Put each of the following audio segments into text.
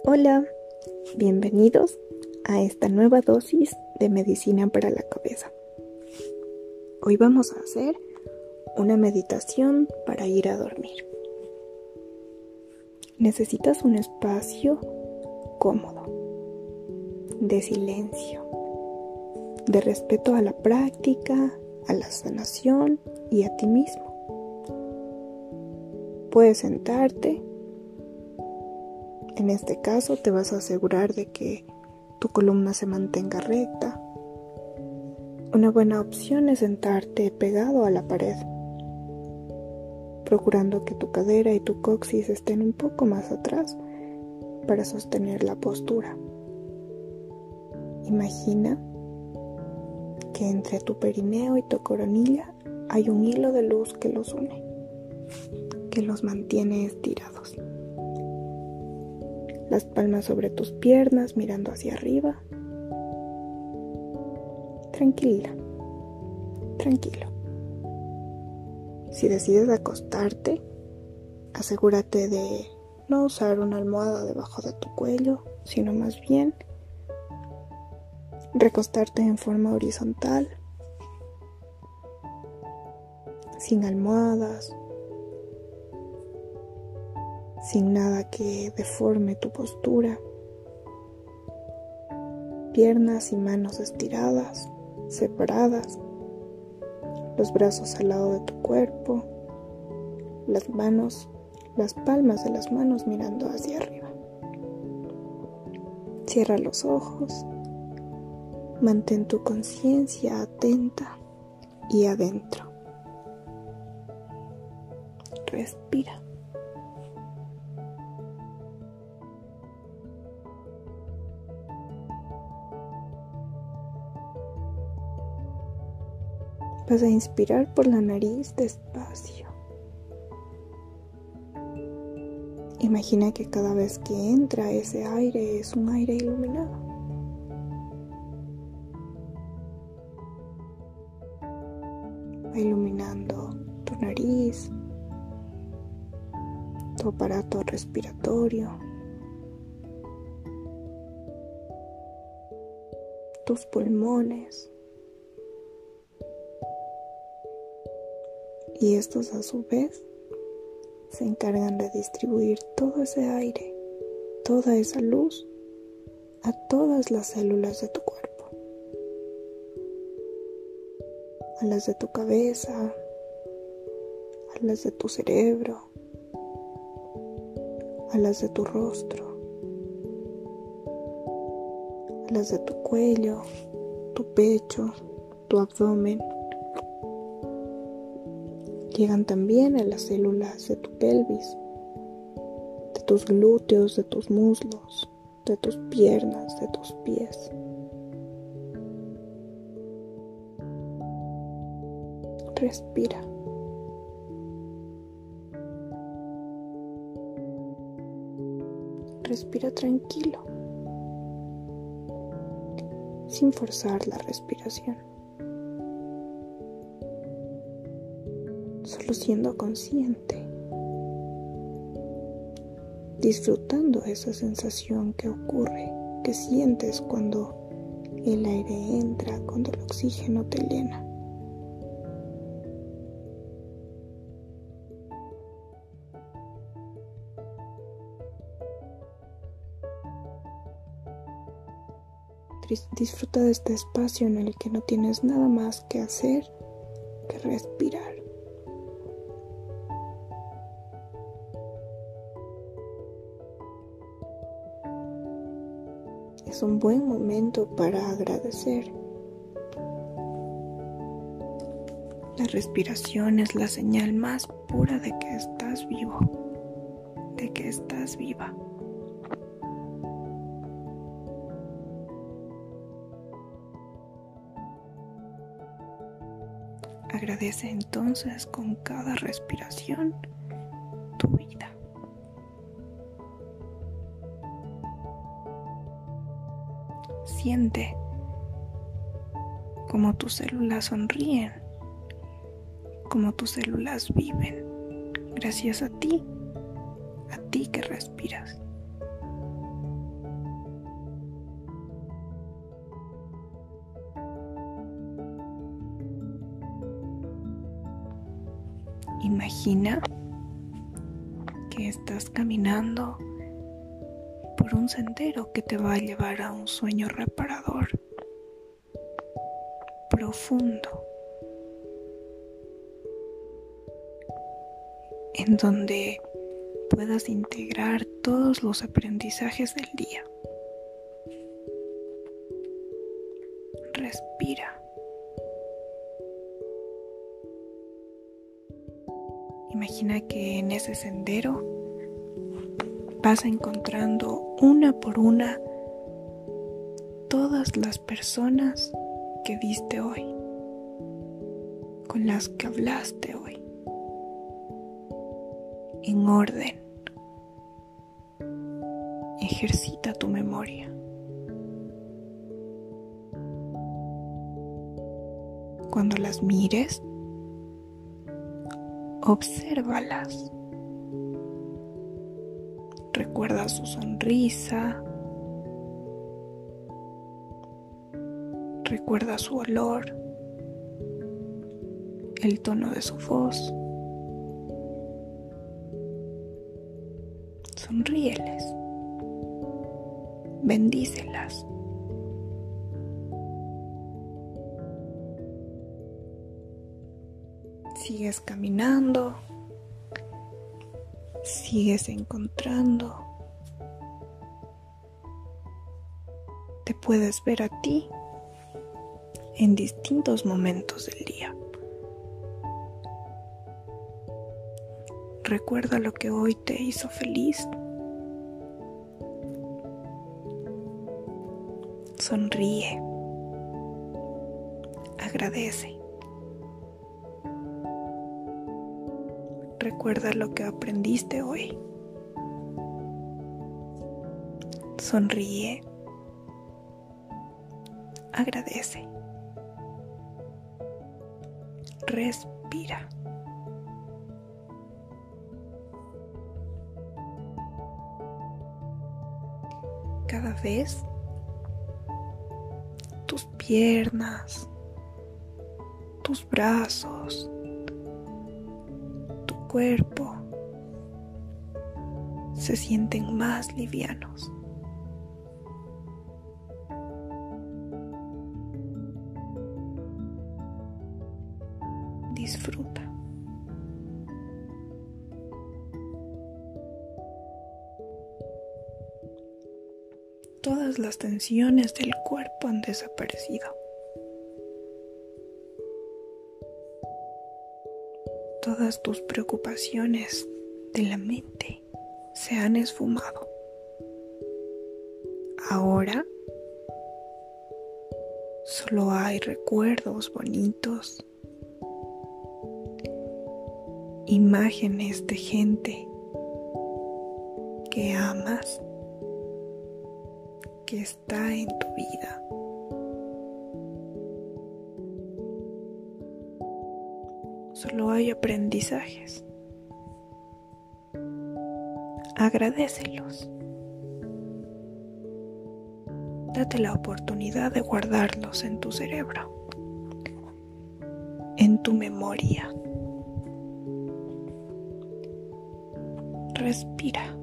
Hola, bienvenidos a esta nueva dosis de medicina para la cabeza. Hoy vamos a hacer una meditación para ir a dormir. Necesitas un espacio cómodo, de silencio, de respeto a la práctica, a la sanación y a ti mismo. Puedes sentarte. En este caso te vas a asegurar de que tu columna se mantenga recta. Una buena opción es sentarte pegado a la pared, procurando que tu cadera y tu coxis estén un poco más atrás para sostener la postura. Imagina que entre tu perineo y tu coronilla hay un hilo de luz que los une, que los mantiene estirados. Las palmas sobre tus piernas mirando hacia arriba. Tranquila, tranquilo. Si decides acostarte, asegúrate de no usar una almohada debajo de tu cuello, sino más bien recostarte en forma horizontal, sin almohadas, sin nada que deforme tu postura. Piernas y manos estiradas, separadas, los brazos al lado de tu cuerpo, las palmas de las manos mirando hacia arriba. Cierra los ojos, mantén tu conciencia atenta y adentro. Respira. Vas a inspirar por la nariz despacio. Imagina que cada vez que entra ese aire es un aire iluminado. Va iluminando tu nariz, tu aparato respiratorio, tus pulmones. Y estos a su vez se encargan de distribuir todo ese aire, toda esa luz a todas las células de tu cuerpo. A las de tu cabeza, a las de tu cerebro, a las de tu rostro, a las de tu cuello, tu pecho, tu abdomen. Llegan también a las células de tu pelvis, de tus glúteos, de tus muslos, de tus piernas, de tus pies. Respira. Respira tranquilo, sin forzar la respiración. Solo siendo consciente, disfrutando esa sensación que ocurre, que sientes cuando el aire entra, cuando el oxígeno te llena. Disfruta de este espacio en el que no tienes nada más que hacer que respirar. Es un buen momento para agradecer. La respiración es la señal más pura de que estás vivo, de que estás viva. Agradece entonces con cada respiración tu vida. Siente cómo tus células sonríen, cómo tus células viven, gracias a ti que respiras. Imagina que estás caminando por un sendero que te va a llevar a un sueño reparador, profundo, en donde puedas integrar todos los aprendizajes del día. Respira. Imagina que en ese sendero vas encontrando una por una todas las personas que viste hoy, con las que hablaste hoy, en orden. Ejercita tu memoria. Cuando las mires, obsérvalas. Recuerda su sonrisa. Recuerda su olor, el tono de su voz. Sonríeles. Bendícelas. Sigues caminando, sigues encontrando. Te puedes ver a ti en distintos momentos del día. Recuerda lo que hoy te hizo feliz. Sonríe. Agradece. Recuerda lo que aprendiste hoy. Sonríe. Agradece. Respira. Cada vez tus piernas, tus brazos, tu cuerpo se sienten más livianos. Disfruta. Todas las tensiones del cuerpo han desaparecido. Todas tus preocupaciones de la mente se han esfumado. Ahora solo hay recuerdos bonitos, imágenes de gente que amas, que está en tu vida. Solo hay aprendizajes. Agradécelos. Date la oportunidad de guardarlos en tu cerebro, en tu memoria. Respira.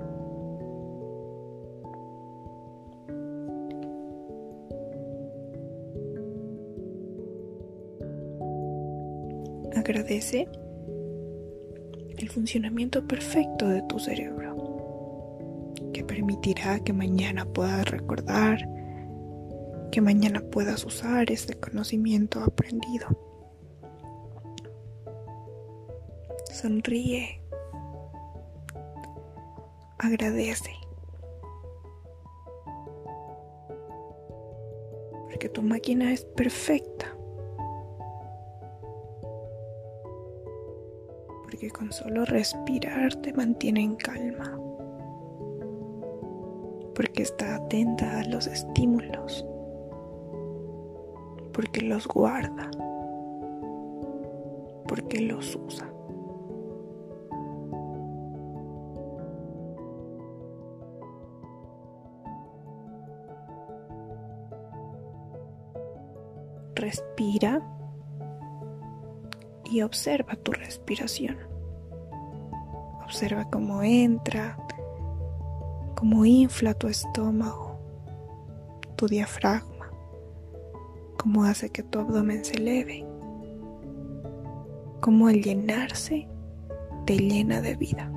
Agradece el funcionamiento perfecto de tu cerebro, que permitirá que mañana puedas recordar, que mañana puedas usar este conocimiento aprendido. Sonríe. Agradece. Porque tu máquina es perfecta. Porque con solo respirar te mantiene en calma. Porque está atenta a los estímulos. Porque los guarda. Porque los usa. Respira y observa tu respiración. Observa cómo entra, cómo infla tu estómago, tu diafragma, cómo hace que tu abdomen se eleve, cómo al llenarse te llena de vida,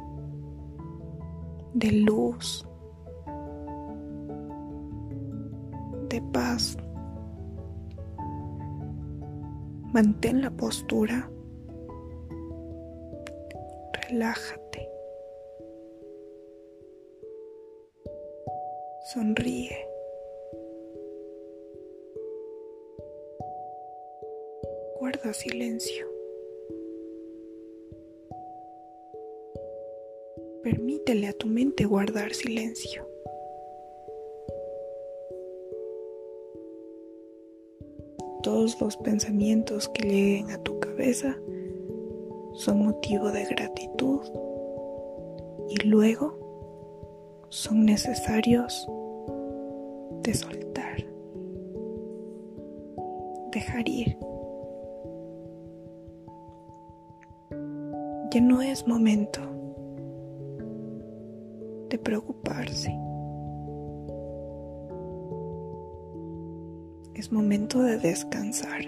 de luz, de paz. Mantén la postura, relájate, sonríe, guarda silencio, permítele a tu mente guardar silencio. Todos los pensamientos que lleguen a tu cabeza son motivo de gratitud y luego son necesarios de soltar, dejar ir. Ya no es momento de preocuparse. Es momento de descansar.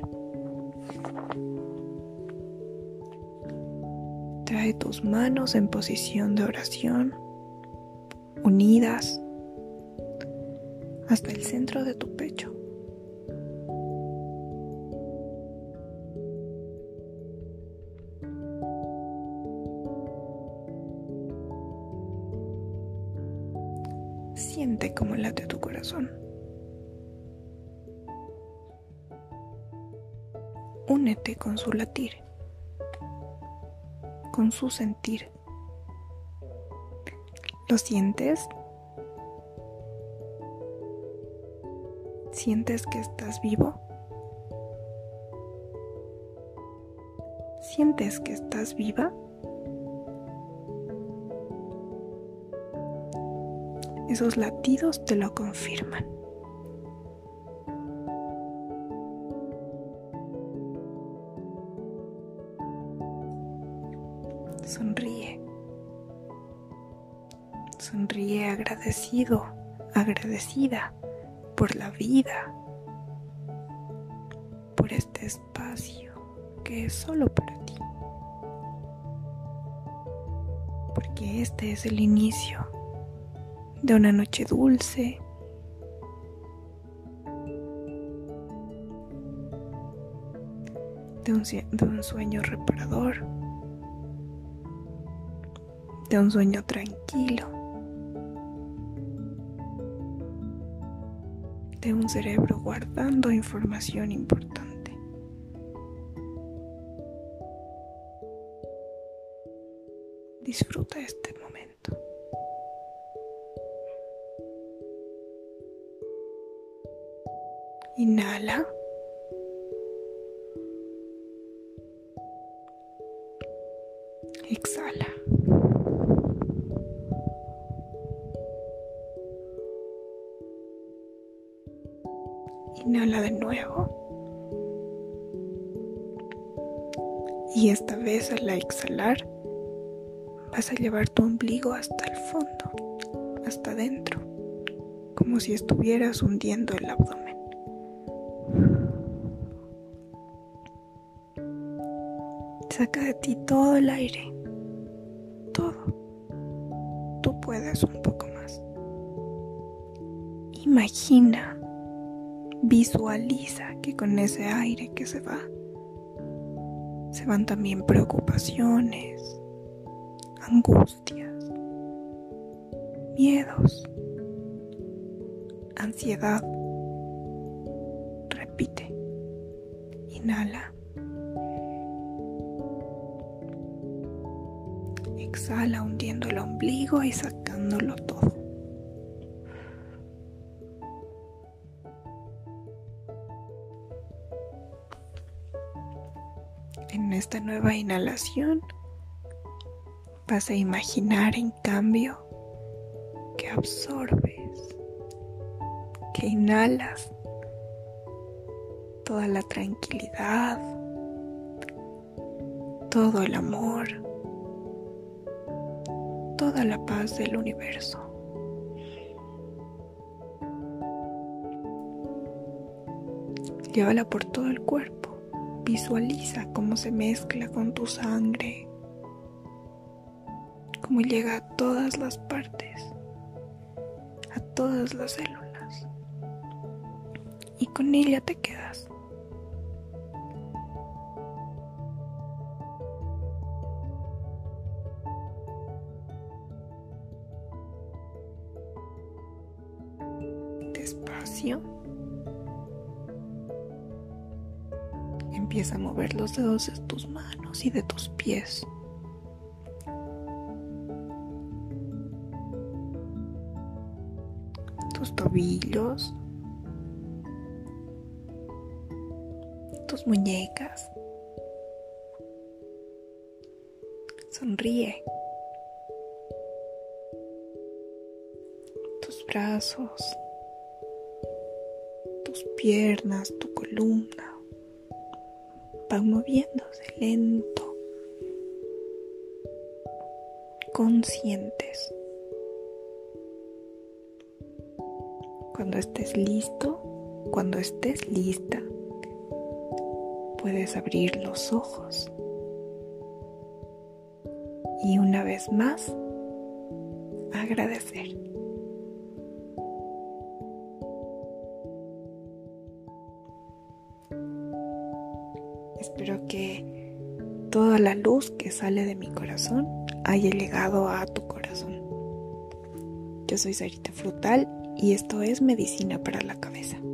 Trae tus manos en posición de oración, unidas hasta el centro de tu pecho. Siente cómo late tu corazón. Únete con su latir, con su sentir. ¿Lo sientes? ¿Sientes que estás vivo? ¿Sientes que estás viva? Esos latidos te lo confirman. Sonríe. Sonríe agradecido, agradecida por la vida, por este espacio que es solo para ti. Porque este es el inicio de una noche dulce, de un sueño reparador, de un sueño tranquilo, de un cerebro guardando información importante. Disfruta este momento. Inhala. Exhala. Inhala de nuevo. Y esta vez al exhalar vas a llevar tu ombligo hasta el fondo, hasta adentro, como si estuvieras hundiendo el abdomen. Saca de ti todo el aire, todo. Tú puedes un poco más. Imagina, visualiza que con ese aire que se van también preocupaciones, angustias, miedos, ansiedad. Repite. Inhala. Exhala hundiendo el ombligo y sacándolo todo. En esta nueva inhalación vas a imaginar en cambio que absorbes, que inhalas toda la tranquilidad, todo el amor, toda la paz del universo. Llévala por todo el cuerpo. Visualiza cómo se mezcla con tu sangre, cómo llega a todas las partes, a todas las células. Y con ella te quedas. Despacio. Empieza a mover los dedos de tus manos y de tus pies. Tus tobillos. Tus muñecas. Sonríe. Tus brazos. Tus piernas, tu columna. Van moviéndose lento, conscientes. Cuando estés listo, cuando estés lista, puedes abrir los ojos. Y una vez más, agradecer. Espero que toda la luz que sale de mi corazón haya llegado a tu corazón. Yo soy Sarita Frutal y esto es Medicina para la Cabeza.